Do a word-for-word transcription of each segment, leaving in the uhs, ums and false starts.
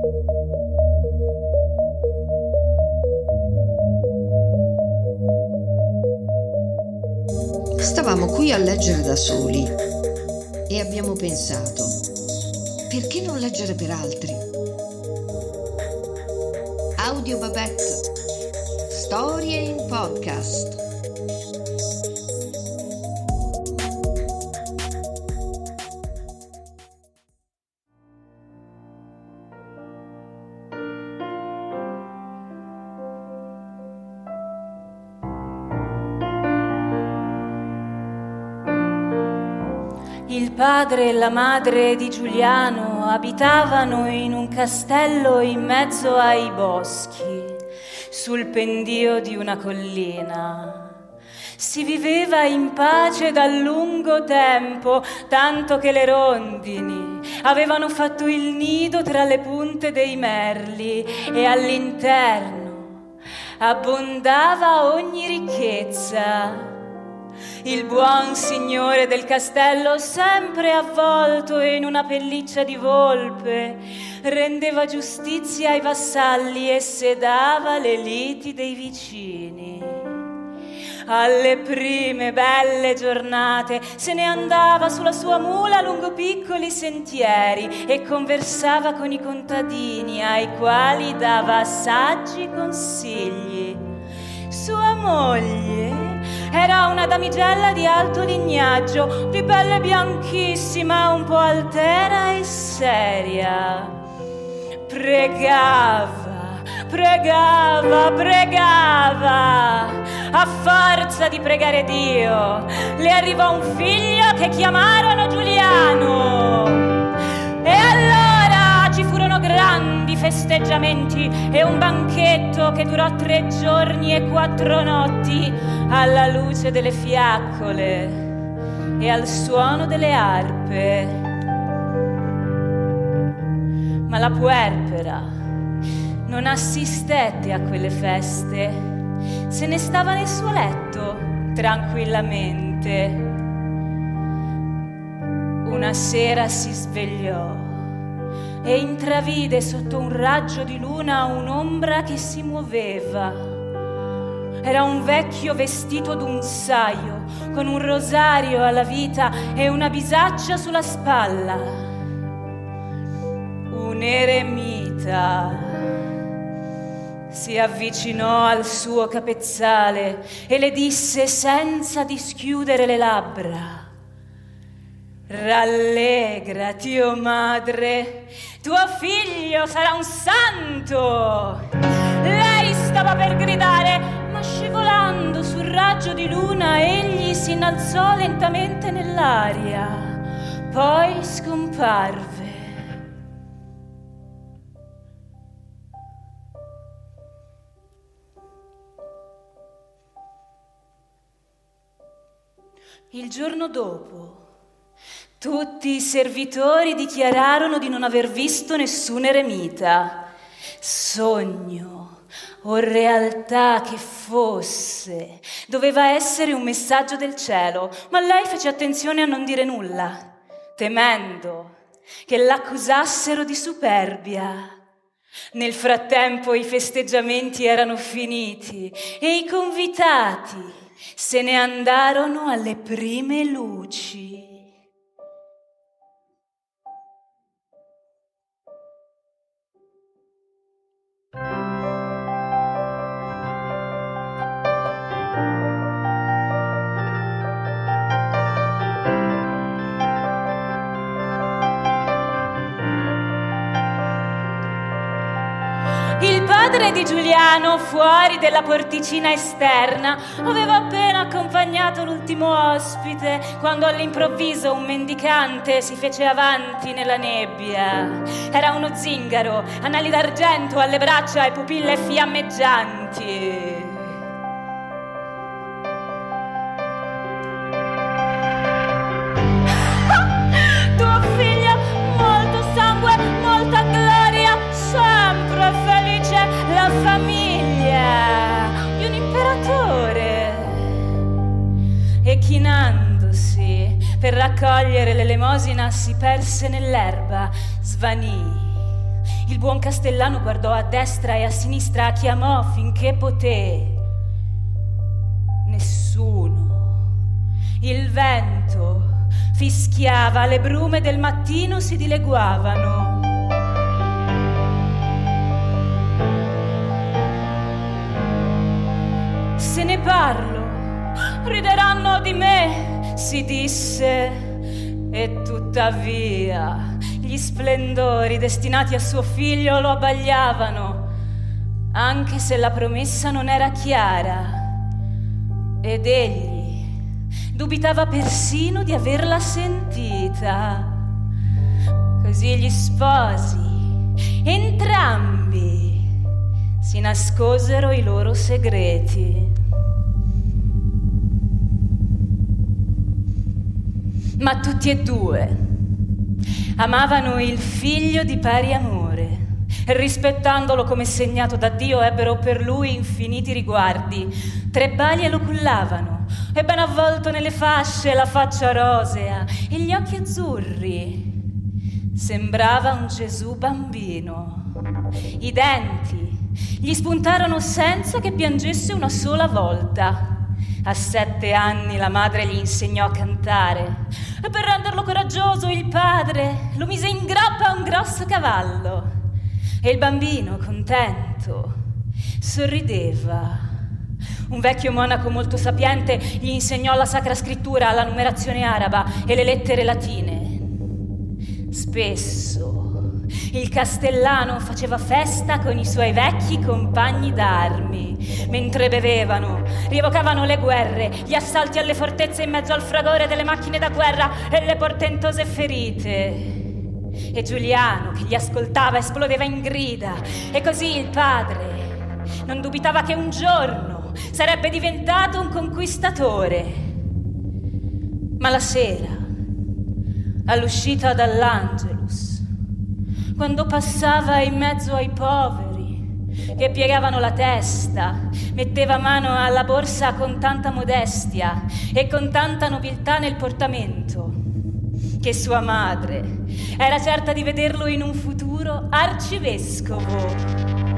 Stavamo qui a leggere da soli e abbiamo pensato, perché non leggere per altri? Audio Babette, storie in podcast. Il padre e la madre di Giuliano abitavano in un castello in mezzo ai boschi, sul pendio di una collina. Si viveva in pace da lungo tempo, tanto che le rondini avevano fatto il nido tra le punte dei merli e all'interno abbondava ogni ricchezza. Il buon signore del castello, sempre avvolto in una pelliccia di volpe, rendeva giustizia ai vassalli e sedava le liti dei vicini. Alle prime belle giornate se ne andava sulla sua mula lungo piccoli sentieri e conversava con i contadini, ai quali dava saggi consigli. Sua moglie era una damigella di alto lignaggio, di pelle bianchissima, un po' altera e seria. Pregava, pregava, pregava. A forza di pregare Dio, le arrivò un figlio che chiamarono Giuliano. E allora ci furono grandi festeggiamenti e un banchetto che durò tre giorni e quattro notti, alla luce delle fiaccole e al suono delle arpe. Ma la puerpera non assistette a quelle feste, se ne stava nel suo letto tranquillamente. Una sera si svegliò e intravide sotto un raggio di luna un'ombra che si muoveva. Era un vecchio vestito d'un saio, con un rosario alla vita e una bisaccia sulla spalla. Un eremita si avvicinò al suo capezzale e le disse senza dischiudere le labbra: rallegrati, o madre, tuo figlio sarà un santo. Lei stava per gridare, ma scivolando sul raggio di luna egli si innalzò lentamente nell'aria, poi scomparve. Il giorno dopo tutti i servitori dichiararono di non aver visto nessun eremita. Sogno o realtà che fosse, doveva essere un messaggio del cielo, ma lei fece attenzione a non dire nulla, temendo che l'accusassero di superbia. Nel frattempo i festeggiamenti erano finiti e i convitati se ne andarono alle prime luci. Il padre di Giuliano, fuori della porticina esterna, aveva appena accompagnato l'ultimo ospite quando all'improvviso un mendicante si fece avanti nella nebbia. Era uno zingaro, anelli d'argento alle braccia e pupille fiammeggianti. Tuo figlio, molto sangue, molta gloria, sempre felice, la famiglia di un imperatore. E chinandosi per raccogliere l'elemosina si perse nell'erba, svanì. Il buon castellano guardò a destra e a sinistra, chiamò finché poté. Nessuno. Il vento fischiava, le brume del mattino si dileguavano. Se ne parlo, rideranno di me, si disse, e tuttavia gli splendori destinati a suo figlio lo abbagliavano, anche se la promessa non era chiara, ed egli dubitava persino di averla sentita. Così gli sposi, entrambi, si nascosero i loro segreti. Ma tutti e due amavano il figlio di pari amore. Rispettandolo come segnato da Dio, ebbero per lui infiniti riguardi. Tre balie lo cullavano, e ben avvolto nelle fasce la faccia rosea e gli occhi azzurri. Sembrava un Gesù bambino. I denti gli spuntarono senza che piangesse una sola volta. A sette anni la madre gli insegnò a cantare e per renderlo coraggioso il padre lo mise in groppa a un grosso cavallo. E il bambino, contento, sorrideva. Un vecchio monaco molto sapiente gli insegnò la Sacra Scrittura, la numerazione araba e le lettere latine. Spesso il castellano faceva festa con i suoi vecchi compagni d'armi, mentre bevevano, rievocavano le guerre, gli assalti alle fortezze in mezzo al fragore delle macchine da guerra e le portentose ferite. E Giuliano, che li ascoltava, esplodeva in grida, e così il padre non dubitava che un giorno sarebbe diventato un conquistatore. Ma la sera, all'uscita dall'Angelus, quando passava in mezzo ai poveri che piegavano la testa, metteva mano alla borsa con tanta modestia e con tanta nobiltà nel portamento, che sua madre era certa di vederlo in un futuro arcivescovo.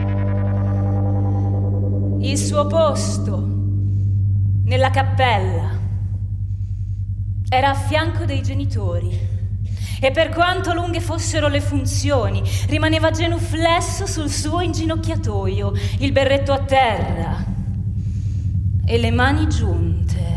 Il suo posto nella cappella era a fianco dei genitori. E per quanto lunghe fossero le funzioni, rimaneva genuflesso sul suo inginocchiatoio, il berretto a terra e le mani giunte.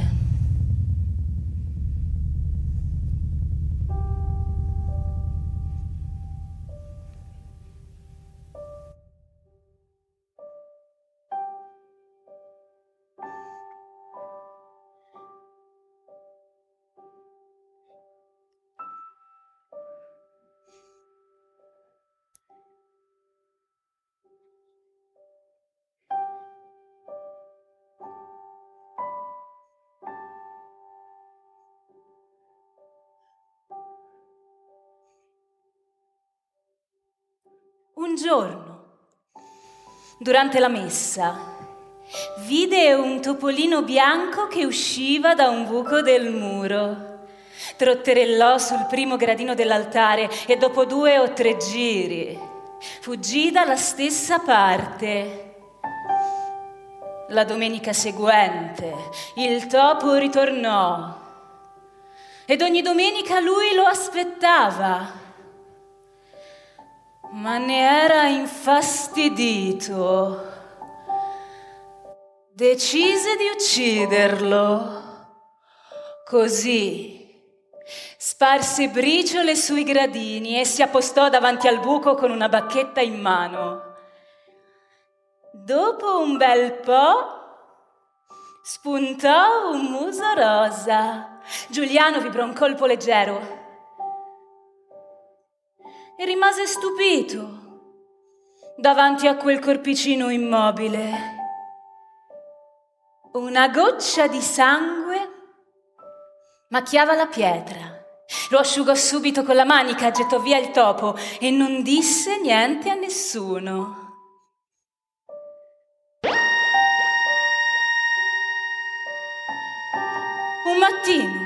Un giorno, durante la messa, vide un topolino bianco che usciva da un buco del muro. Trotterellò sul primo gradino dell'altare e dopo due o tre giri fuggì dalla stessa parte. La domenica seguente il topo ritornò ed ogni domenica lui lo aspettava. Ma ne era infastidito. Decise di ucciderlo. Così sparse briciole sui gradini e si appostò davanti al buco con una bacchetta in mano. Dopo un bel po' spuntò un muso rosa. Giuliano vibrò un colpo leggero e rimase stupito davanti a quel corpicino immobile. Una goccia di sangue macchiava la pietra. Lo asciugò subito con la manica, gettò via il topo e non disse niente a nessuno. Un mattino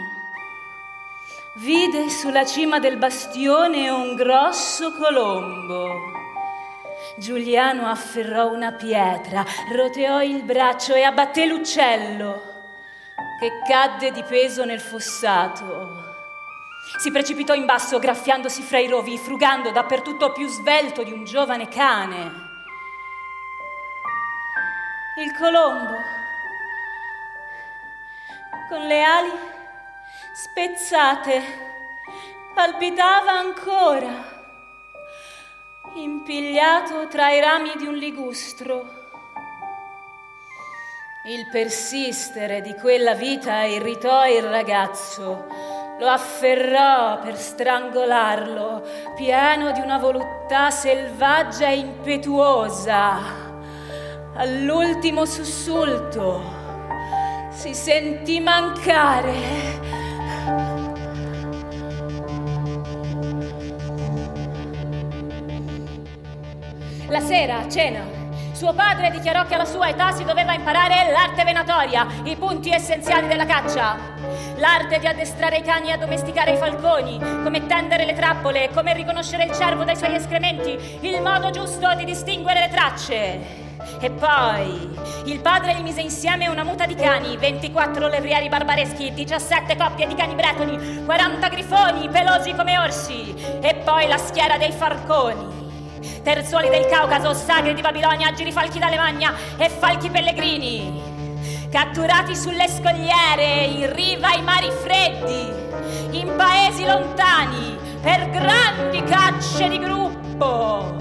vide sulla cima del bastione un grosso colombo Giuliano afferrò una pietra, roteò il braccio e abbatté l'uccello, che cadde di peso nel fossato. Si precipitò in basso, graffiandosi fra i rovi, frugando dappertutto più svelto di un giovane cane. Il colombo, con le ali spezzate, palpitava ancora, impigliato tra i rami di un ligustro. Il persistere di quella vita irritò il ragazzo. Lo afferrò per strangolarlo, pieno di una voluttà selvaggia e impetuosa. All'ultimo sussulto si sentì mancare. La sera, a cena, suo padre dichiarò che alla sua età si doveva imparare l'arte venatoria, i punti essenziali della caccia. L'arte di addestrare i cani a domesticare i falconi, come tendere le trappole, come riconoscere il cervo dai suoi escrementi, il modo giusto di distinguere le tracce. E poi il padre gli mise insieme una muta di cani, ventiquattro levrieri barbareschi, diciassette coppie di cani bretoni, quaranta grifoni pelosi come orsi, e poi la schiera dei falconi, terzuoli del Caucaso, sagri di Babilonia, girifalchi d'Alemagna e falchi pellegrini, catturati sulle scogliere, in riva ai mari freddi, in paesi lontani, per grandi cacce di gruppo.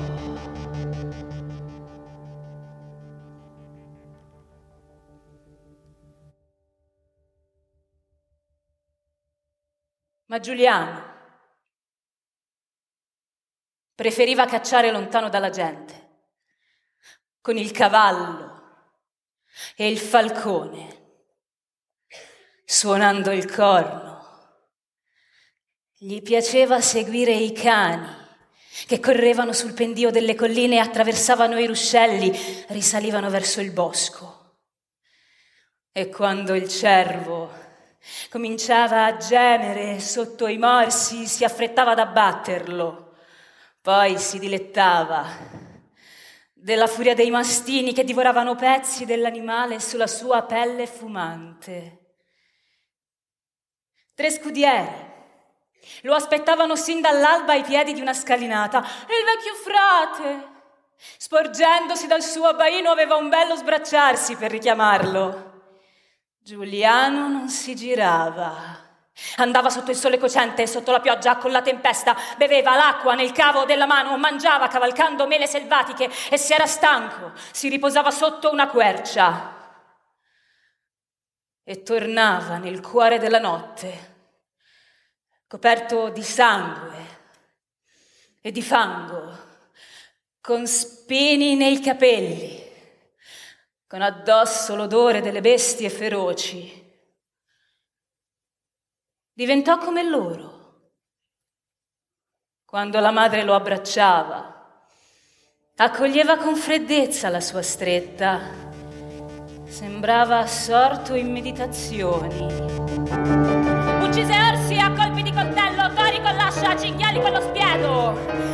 Ma Giuliano preferiva cacciare lontano dalla gente, con il cavallo e il falcone, suonando il corno. Gli piaceva seguire i cani che correvano sul pendio delle colline e attraversavano i ruscelli, risalivano verso il bosco. E quando il cervo cominciava a gemere sotto i morsi, si affrettava ad abbatterlo. Poi si dilettava della furia dei mastini che divoravano pezzi dell'animale sulla sua pelle fumante. Tre scudieri lo aspettavano sin dall'alba ai piedi di una scalinata e il vecchio frate, sporgendosi dal suo abbaino, aveva un bello sbracciarsi per richiamarlo. Giuliano non si girava. Andava sotto il sole cocente, sotto la pioggia, con la tempesta, beveva l'acqua nel cavo della mano, mangiava cavalcando mele selvatiche e se era stanco si riposava sotto una quercia e tornava nel cuore della notte, coperto di sangue e di fango, con spini nei capelli, con addosso l'odore delle bestie feroci. Diventò come loro. Quando la madre lo abbracciava, accoglieva con freddezza la sua stretta. Sembrava assorto in meditazioni. Uccise orsi a colpi di coltello, tori con l'ascia, cinghiali con lo spiedo.